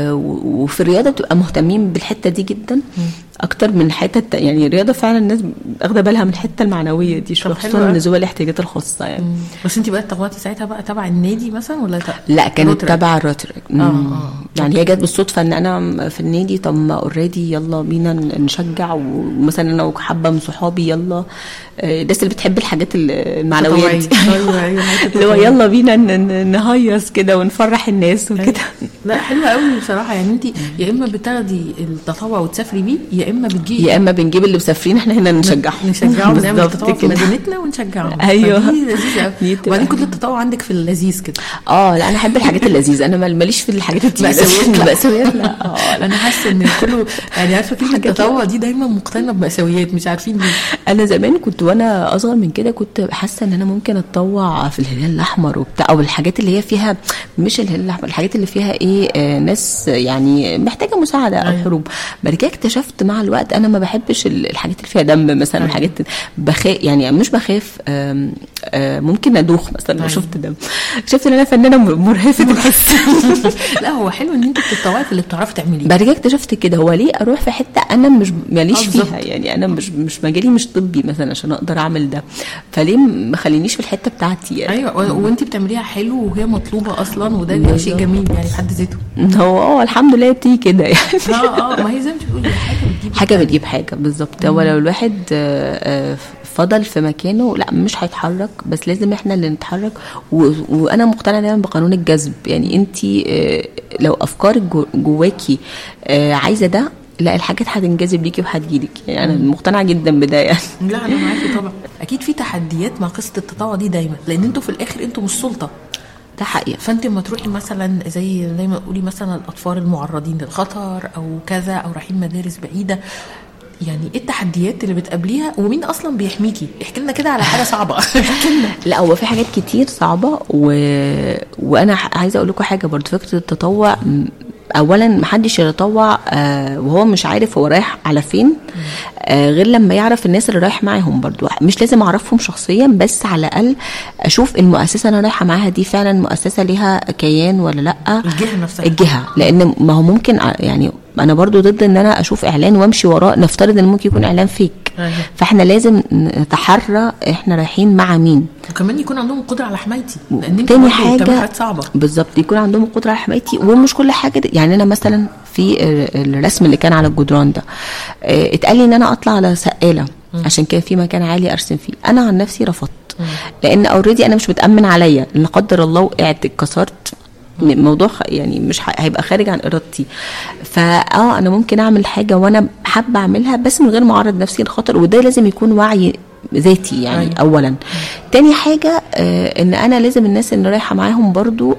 وفي الرياضه بتبقى مهتمين بالحته دي جدا اكتر من حته يعني. الرياضه فعلا الناس اخده بالها من الحته المعنويه دي شويه، خصوصا ذوي الاحتياجات الخاصه يعني. بس انت بقى اتطوعتي ساعتها بقى تبع النادي مثلا ولا لا كانت تبع الروتري. يعني هي جت بالصدفه ان انا في النادي، طب ما اوريدي يلا بينا نشجع. ومثلا انا وحبه من صحابي يلا الناس اللي بتحب الحاجات المعنويه دي اللي هو يلا بينا نهيص كده ونفرح الناس وكده. لا حلوه قوي بصراحه يعني. انت يا اما بتاخدي التطوع وتسافري بيه، يا اما بنجيب اللي مسافرين احنا هنا نشجعهم ونعمل التطوع في مدينتنا ونشجعهم. ايوه لذيذه قوي. وبعدين كل التطوع عندك في اللذيذ كده. لا انا احب الحاجات اللذيذه، انا ماليش في الحاجات المأساويات. لا انا حاسه ان كله يعني عارفه كلمه التطوع دي دايما مقترنه بمأساويات، مش عارفين ليه. انا زمان كنت وانا اصغر من كده كنت حاسه ان انا ممكن اتطوع في الهلال الاحمر وبتاع، او الحاجات اللي هي فيها مش الهلال الاحمر، الحاجات اللي فيها ناس يعني محتاجه مساعده او حروب. بعد كده اكتشفت مع الوقت انا ما بحبش الحاجات اللي فيها دم مثلا. الحاجات يعني مش بخاف، ممكن ادوخ مثلا لو شفت دم. شفت ان انا فنانه مرهفه الحس. لا هو حلو ان انت بتطوعي في اللي بتعرفي تعمليه. بعد كده اكتشفت كده هو ليه اروح في حته انا مش ماليش فيها يعني. انا مش مجالي مش طبي مثلا عشان اقدر اعمل ده، فليه ما خلينيش في الحته بتاعتي يعني. ايوه وانت بتعمليها حلو وهي مطلوبه اصلا، وده شيء جميل يعني في حد ذاته. هو الحمد لله بتيجي كده يعني. ما هي زي ما بتقولي حاجه بتجيب حاجه بالظبط. هو لو الواحد فضل في مكانه لا مش هيتحرك، بس لازم احنا اللي نتحرك. وانا مقتنعه دايما بقانون الجذب يعني. انت لو افكارك جواكي عايزه ده، لا الحاجات هتنجذب ليكي وهتجيلك يعني. انا مقتنعه جدا بده يعني. لا انا معاكي طبعا. اكيد في تحديات مع قصه التطوع دي دايما، لان انتوا في الاخر انتوا مش سلطه. ده حقيقة. فانت ما تروحي مثلا زي ما تقولي مثلا الاطفال المعرضين للخطر او كذا، او رايحين مدارس بعيده، يعني ايه التحديات اللي بتقابليها ومين اصلا بيحميكي؟ احكي لنا كده على حاجه صعبه. لا هو في حاجات كتير صعبه وانا عايزه اقول لكم حاجه برضو. فكره التطوع اولا محدش يتطوع وهو مش عارف هو رايح على فين، غير لما يعرف الناس اللي رايح معاهم. برضو مش لازم اعرفهم شخصيا، بس على الاقل اشوف المؤسسه انا رايحه معاها دي فعلا مؤسسه ليها كيان ولا لا. الجهه نفسها، الجهه. لان ما هو ممكن يعني انا برضو ضد ان انا اشوف اعلان وامشي وراه. نفترض ان ممكن يكون اعلان فيك. فاحنا لازم نتحرى احنا رايحين مع مين، وكمان يكون عندهم قدره على حمايتي. لان تاني حاجه صعبه بالظبط يكون عندهم قدره على حمايتي. ومش كل حاجه يعني. انا مثلا في الرسم اللي كان على الجدران ده اتقال لي ان انا اطلع على سقاله عشان كان في مكان عالي ارسم فيه. انا عن نفسي رفضت، لان اوريدي انا مش متامن عليا ان قدر الله وقعت اتكسرت، الموضوع يعني مش هيبقى خارج عن ارادتي. انا ممكن اعمل حاجه وانا حابه اعملها بس من غير ما اعرض نفسي لخطر. وده لازم يكون وعي ذاتي يعني. اولا تاني حاجه ان انا لازم الناس اللي رايحه معاهم برضو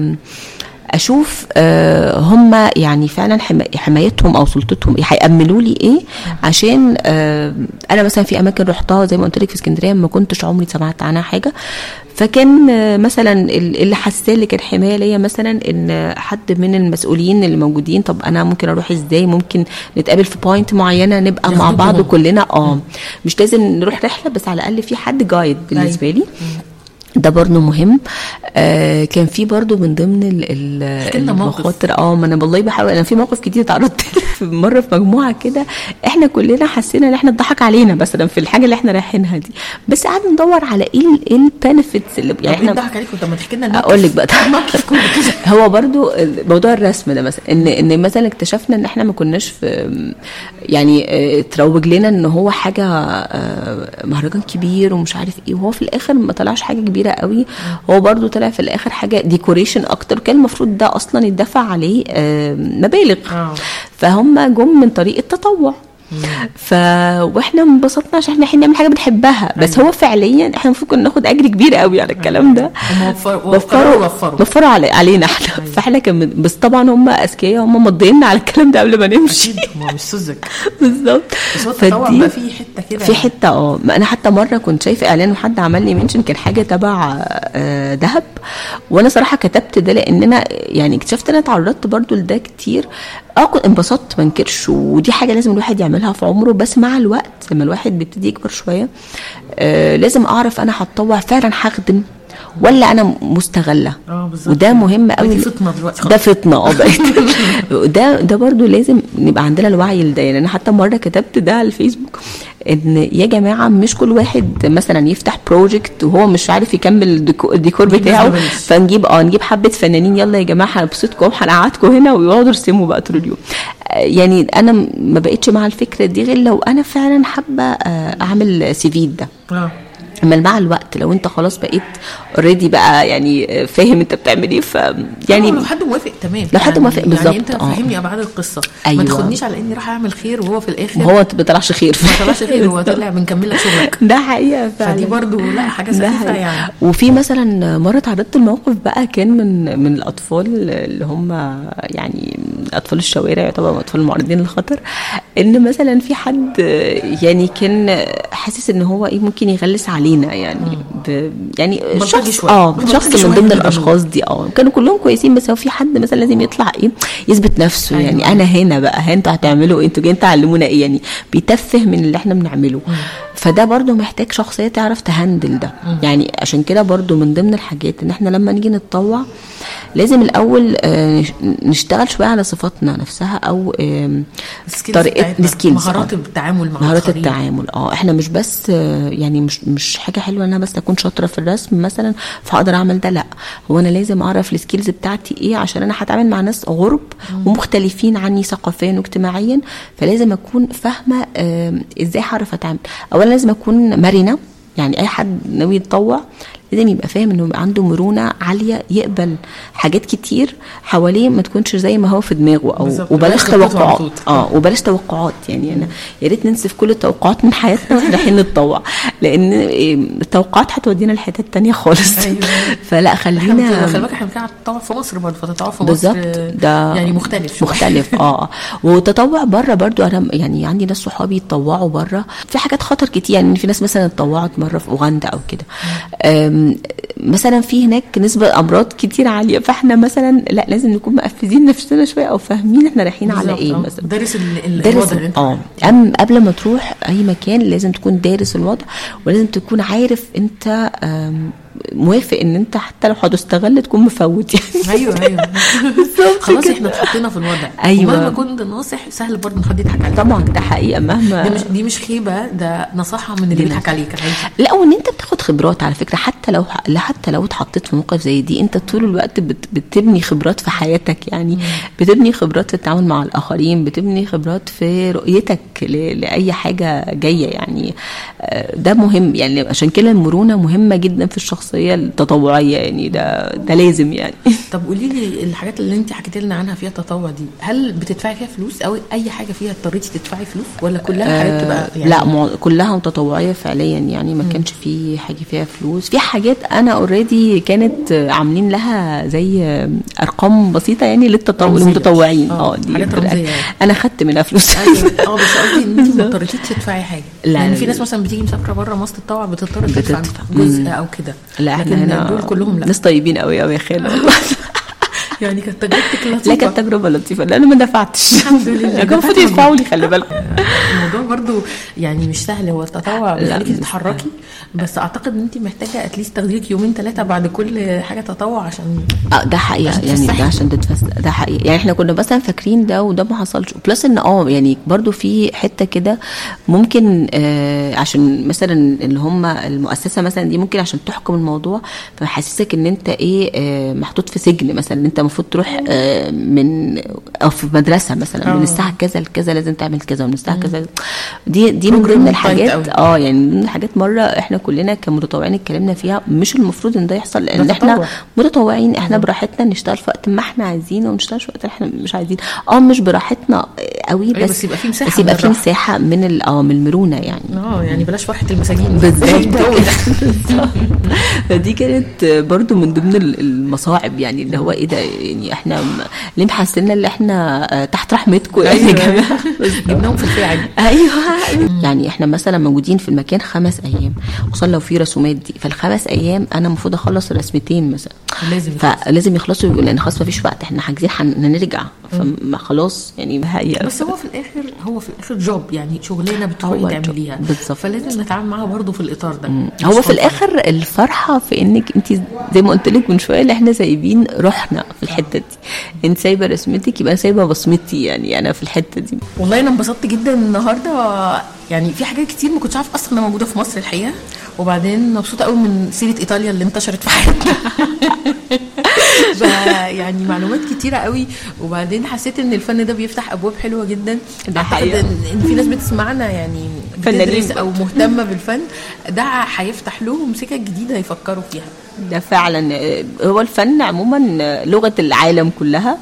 اشوف هم يعني فعلا حمايتهم او سلطتهم هيأملوا لي ايه. عشان انا مثلا في اماكن رحتها زي ما قلت لك في اسكندريه ما كنتش عمري سمعت عنها حاجه. فكان مثلا اللي حساه اللي كان حمايه ليا مثلا ان حد من المسؤولين اللي موجودين، طب انا ممكن اروح ازاي، ممكن نتقابل في بوينت معينه نبقى مع بعض كلنا. مش لازم نروح رحله، بس على الاقل في حد جايد بالنسبه لي. ده برضه مهم. كان في برضو من ضمن المخاطر ما انا والله بحاول. انا في موقف كتير تعرضت مره في مجموعه كده، احنا كلنا حسينا ان احنا اتضحك علينا مثلا في الحاجه اللي احنا رايحينها دي، بس قعدنا ندور على ايه البنفيتس اللي يعني احنا اتضحك عليكم. طب ما تحكي لنا اقول لك بقى. هو برضو موضوع الرسم ده مثلا، ان مثلا اكتشفنا ان احنا ما كناش في يعني تروج لنا ان هو حاجه مهرجان كبير ومش عارف ايه، وهو في الاخر ما طلعش حاجه كبيره قوي. هو برضو طلع في الاخر حاجه ديكوريشن اكتر، كان المفروض ده اصلا يدفع عليه مبالغ. فهم جم من طريق التطوع. واحنا انبسطنا عشان احنا نعمل حاجه بنحبها، بس هو فعليا احنا المفروض كنا ناخد اجر كبير قوي على الكلام ده. وفروا علينا احنا. فاحنا كان بس طبعا هم اذكياء، هم مضينا على الكلام ده قبل ما نمشي. هم مش سذج بالظبط. بس هو التطوع بقى في حته كده، في حته انا حتى مره كنت شايفه اعلان وحد عمل لي منشن، كان حاجه تبع دهب، وانا صراحه كتبت ده لان انا يعني اكتشفت ان انا اتعرضت برضو لده كتير. كنت انبسطت ما انكرش، ودي حاجه لازم الواحد يعملها في عمره، بس مع الوقت لما الواحد بيبتدي يكبر شويه لازم اعرف انا هتطوع فعلا هخدم ولا انا مستغله. وده مهم قوي. ده فتنه ده برضو لازم نبقى عندنا الوعي لده. يعني انا حتى مره كتبت ده على الفيسبوك ان يا جماعه مش كل واحد مثلا يفتح بروجكت وهو مش عارف يكمل الديكور بتاعه، فنجيب حبه فنانين يلا يا جماعه هنبسطكم هنقعدكم هنا ويقعدوا يرسموا بقى طول اليوم. يعني انا ما بقتش مع الفكره دي غير لو انا فعلا حابه اعمل CV ده. اما مع الوقت لو انت خلاص بقيت اوريدي بقى يعني فاهم انت بتعمل ايه، يعني لو حد موافق تمام، لو حد موافق بالظبط. يعني انت فهمني ابعاد القصه. ما تاخدنيش على اني راح اعمل خير وهو في الاخر هو ما بيطلعش خير، هو طلع بنكمل لك شغلك. ده حقيقه فعلا. فدي برضو لا حاجه سخيفه يعني. وفي مثلا مره تعرضت الموقف بقى كان من الاطفال اللي هم يعني اطفال الشوارع، يعتبر اطفال المعرضين للخطر، ان مثلا في حد يعني كان حاسس ان هو ممكن يغلس عليه يعني يعني شخص من ضمن الاشخاص دي كانوا كلهم كويسين، بس هو في حد مثلا لازم يطلع يثبت نفسه. يعني انا هنا بقى انتوا هتعملوا انتوا جايين تعلمونا ايه؟ يعني بيتفه من اللي احنا بنعمله. فده برضو محتاج شخصيه تعرف تهندل ده. يعني عشان كده برضو من ضمن الحاجات ان احنا لما نيجي نتطوع لازم الاول نشتغل شويه على صفاتنا نفسها او طريقه مهارات التعامل مع مهارات التعامل. احنا مش بس يعني مش حاجه حلوه ان انا بس اكون شاطره في الرسم مثلا فاقدر اعمل ده، لا، هو انا لازم اعرف السكيلز بتاعتي ايه عشان انا هتعامل مع ناس غرب ومختلفين عني ثقافيا واجتماعيا. فلازم اكون فاهمه ازاي هعرف اتعامل. اولا لازم اكون مرنه، يعني اي حد ناوي يتطوع لازم يبقى فاهم انه يبقى عنده مرونه عاليه، يقبل حاجات كتير حواليه ما تكونش زي ما هو في دماغه وبلاش توقعات. وبلاش توقعات. يعني انا يا ريت ننسف كل التوقعات من حياتنا واحنا رايحين نتطوع، لان التوقعات هتودينا لحتت تانية خالص. فلا خلينا خلي بالك احنا بنتكلم عن التطوع في مصر برضه، فالتطوع في مصر ده يعني مختلف وتطوع بره برضه. انا يعني عندي ناس صحابي يتطوعوا بره في حاجات خطر كتير. يعني في ناس مثلا اتطوعت مره في اوغندا او كده، مثلا في هناك نسبة أمراض كتير عالية، فاحنا مثلا لا لازم نكون مقفزين نفسنا شوية أو فاهمين احنا رايحين على ايه. مثلا دارس الوضع. قبل ما تروح أي مكان لازم تكون دارس الوضع، ولازم تكون عارف انت موافق ان انت حتى لو هتستغل تكون مفوت. يعني ايوه خلاص احنا اتحطينا في الوضع. ومهما كنت ناصح سهل برضه ان حد يضحك عليك. طبعا ده حقيقه. مهما دي مش خيبه، ده نصيحه من اللي بيضحك عليك. لا، وان انت بتاخد خبرات على فكره. حتى لو اتحطيت في موقف زي دي انت طول الوقت بتبني خبرات في حياتك. يعني بتبني خبرات في التعامل مع الاخرين، بتبني خبرات في رؤيتك لاي حاجه جايه. يعني ده مهم. يعني عشان كده المرونه مهمه جدا في الشخصيه التطوعيه. يعني ده لازم. يعني طب قولي لي الحاجات اللي انت حكيتي لنا عنها فيها التطوع دي، هل بتدفعي فيها فلوس او اي حاجه فيها اضطريتي تدفعي فلوس ولا كلها حاجات بتبقى يعني؟ لا، كلها متطوعيه فعليا. يعني ما كانش في حاجه فيها فلوس. في حاجات انا اوريدي كانت عاملين لها زي ارقام بسيطه يعني للمتطوعين. دي حاجات رمزيه. انا خدت منها فلوس. ايوه بس قصدي ان انت ما اضطريتيش تدفعي حاجه. يعني في ناس مثلا بتيجي مسافره بره مصر تتطوع بتضطر تدفع جزء او كده. لا احنا هنا دول كلهم لا، ناس طيبين قوي يا خاله. يعني كانت تجربتك لطيفه. لا كانت تجربه لطيفه. لا انا ما دفعتش الحمد لله. كان المفروض يدفعوا لي، خلي بالك. الموضوع برضو يعني مش سهل. هو التطوع بيخليكي تتحركي، بس اعتقد ان انت محتاجه اتليست تاخديلك يومين 3 بعد كل حاجه تطوع عشان ده حقيقه يعني ده عشان تتفسح. ده حقيقه يعني احنا كنا مثلا فاكرين ده وده ما حصلش. بلس ان يعني برضو في حته كده ممكن عشان مثلا اللي هم المؤسسه مثلا دي ممكن عشان تحكم الموضوع فحسسك ان انت محطوط في سجن مثلا، ان انت المفروض تروح من او في مدرسه مثلا من الساعه كذا لكذا لازم تعمل كذا، ومن الساعه كذا. دي من ضمن الحاجات يعني من الحاجات مره احنا كلنا كمتطوعين اتكلمنا فيها. مش المفروض ان ده يحصل، لان احنا متطوعين، احنا براحتنا نشتغل في وقت ما احنا عايزين ونشتغل في وقت احنا مش عايزين. مش براحتنا قوي، بس يبقى في مساحه من من المرونه يعني. يعني بلاش فرحه المساجين بالظبط. فدي كانت برضو من ضمن المصاعب يعني، اللي هو ده يعني احنا ليه محسنا اللي احنا تحت رحمتكم يعني يا جماعه. جبناهم في الفعل. ايوه يعني احنا مثلا موجودين في المكان 5 ايام، خصوصا لو في رسومات دي، فال5 ايام انا المفروض اخلص الرسمتين مثلا، فلازم يخلصوا لان خلاص ما فيش وقت، احنا حاجزين هنرجع، فما خلاص يعني حقيقة. بس هو في الاخر جوب يعني، شغلانه بتروحي تعمليها، فلازم نتعامل معاها برضو في الاطار ده. هو في الاخر الفرحه في انك انت زي ما قلت لك من شويه اللي احنا سايبين روحنا في الحته دي. انت سايبه رسمتك يبقى سايبه بصمتي يعني انا في الحته دي. والله انا انبسطت جدا النهارده يعني، في حاجات كتير ما كنتش عارف اصلا انها موجوده في مصر الحقيقه، وبعدين مبسوطه قوي من سيره ايطاليا اللي انتشرت في حياتنا. يعني معلومات كتيره قوي، وبعدين حسيت ان الفن ده بيفتح ابواب حلوه جدا. ده حقيقة ان في ناس بتسمعنا يعني بتدرس او مهتمه بالفن، ده هيفتح لهم سكك جديده يفكروا فيها. ده فعلا هو الفن عموما لغه العالم كلها،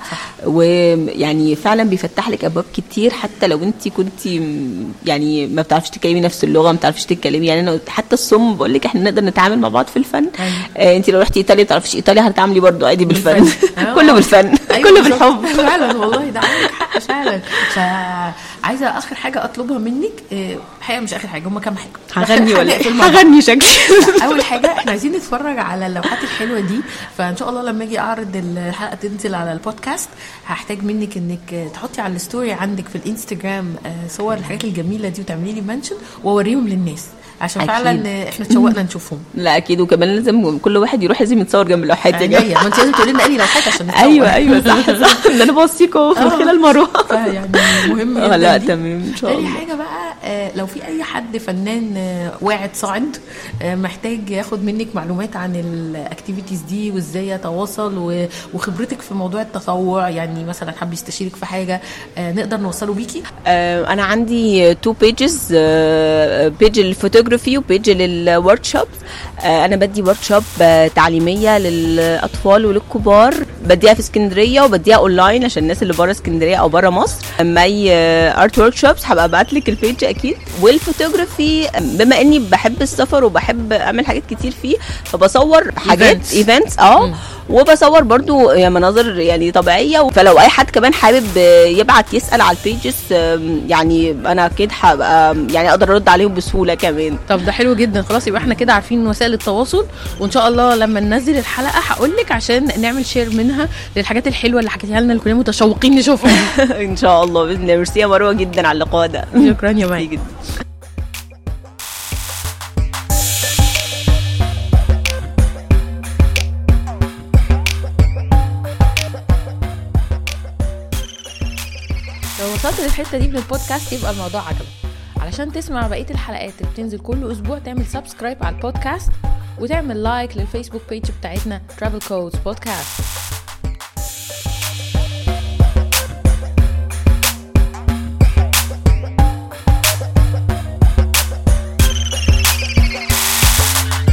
ويعني فعلا بيفتح لك ابواب كتير، حتى لو انت كنت يعني ما بتعرفيش تتكلمي نفس اللغه، ما بتعرفيش تتكلمي يعني. انا حتى الصم بقول لك احنا نقدر نتعامل مع بعض في الفن. انت لو رحتي ايطاليا ما بتعرفيش ايطاليا هتتعاملي برضو عادي بالفن. كله بالفن. كله بالحب فعلا. والله ده عندك حق فعلا. فعايزه اخر حاجه اطلبها منك، الحقيقه مش اخر حاجه، هم كام حاجه هغني شكلي. اول حاجه احنا عايزين نتفرج على اللوحات الحلوه دي، فان شاء الله لما اجي اعرض الحلقه تنزل على البودكاست هحتاج منك انك تحطي على الستوري عندك في الانستجرام صور الحاجات الجميله دي وتعملي لي منشن واوريهم للناس، عشان أكيد. فعلا احنا تشوقنا نشوفهم. لا اكيد، وكمان لازم كل واحد يروح لازم يتصور جنب اللوحات يا جماعه. ما انت لازم تقولي لنا اي لوحات عشان نتصور. ايوه صح ده انا بوصيكم من خلال مروه. يعني مهم جدا. لا تمام ان شاء الله. تاني حاجه بقى لو في اي حد فنان واعد صاعد محتاج ياخد منك معلومات عن الاكتيفيتيز دي وازاي يتواصل وخبرتك في موضوع التطوع، يعني مثلا حابب يستشيرك في حاجه نقدر نوصله بيكي. انا عندي 2 pages، بيج الفوتوغرافي وبيج للوركشوب. انا بدي وركشوب تعليميه للاطفال وللكبار، بديها في اسكندريه وبديها اونلاين عشان الناس اللي بره اسكندريه او بره مصر. ماي ارت وركشوبس هبقى ابعت لك البيج اكيد. والفوتوغرافي بما اني بحب السفر وبحب اعمل حاجات كتير فيه، فبصور حاجات ايفنتس وبصور برضو مناظر يعني طبيعيه. فلو اي حد كمان حابب يبعت يسال على البيجز يعني انا اكيد هبقى يعني اقدر ارد عليهم بسهوله كمان. طب ده حلو جدا. خلاص يبقى احنا كده عارفين وسائل التواصل، وان شاء الله لما ننزل الحلقه هقول لك عشان نعمل شير منها للحاجات الحلوه اللي حكيتيها لنا اللي كلنا متشوقين نشوفها. ان شاء الله باذن الله. ميرسي يا مروه جدا على اللقاء ده. شكرا يا مي جدا. لو وصلت للحته دي من البودكاست يبقى الموضوع عجبك. علشان تسمع بقيه الحلقات اللي بتنزل كل اسبوع تعمل سبسكرايب على البودكاست وتعمل لايك للفيسبوك بيج بتاعتنا Travel Codes Podcast.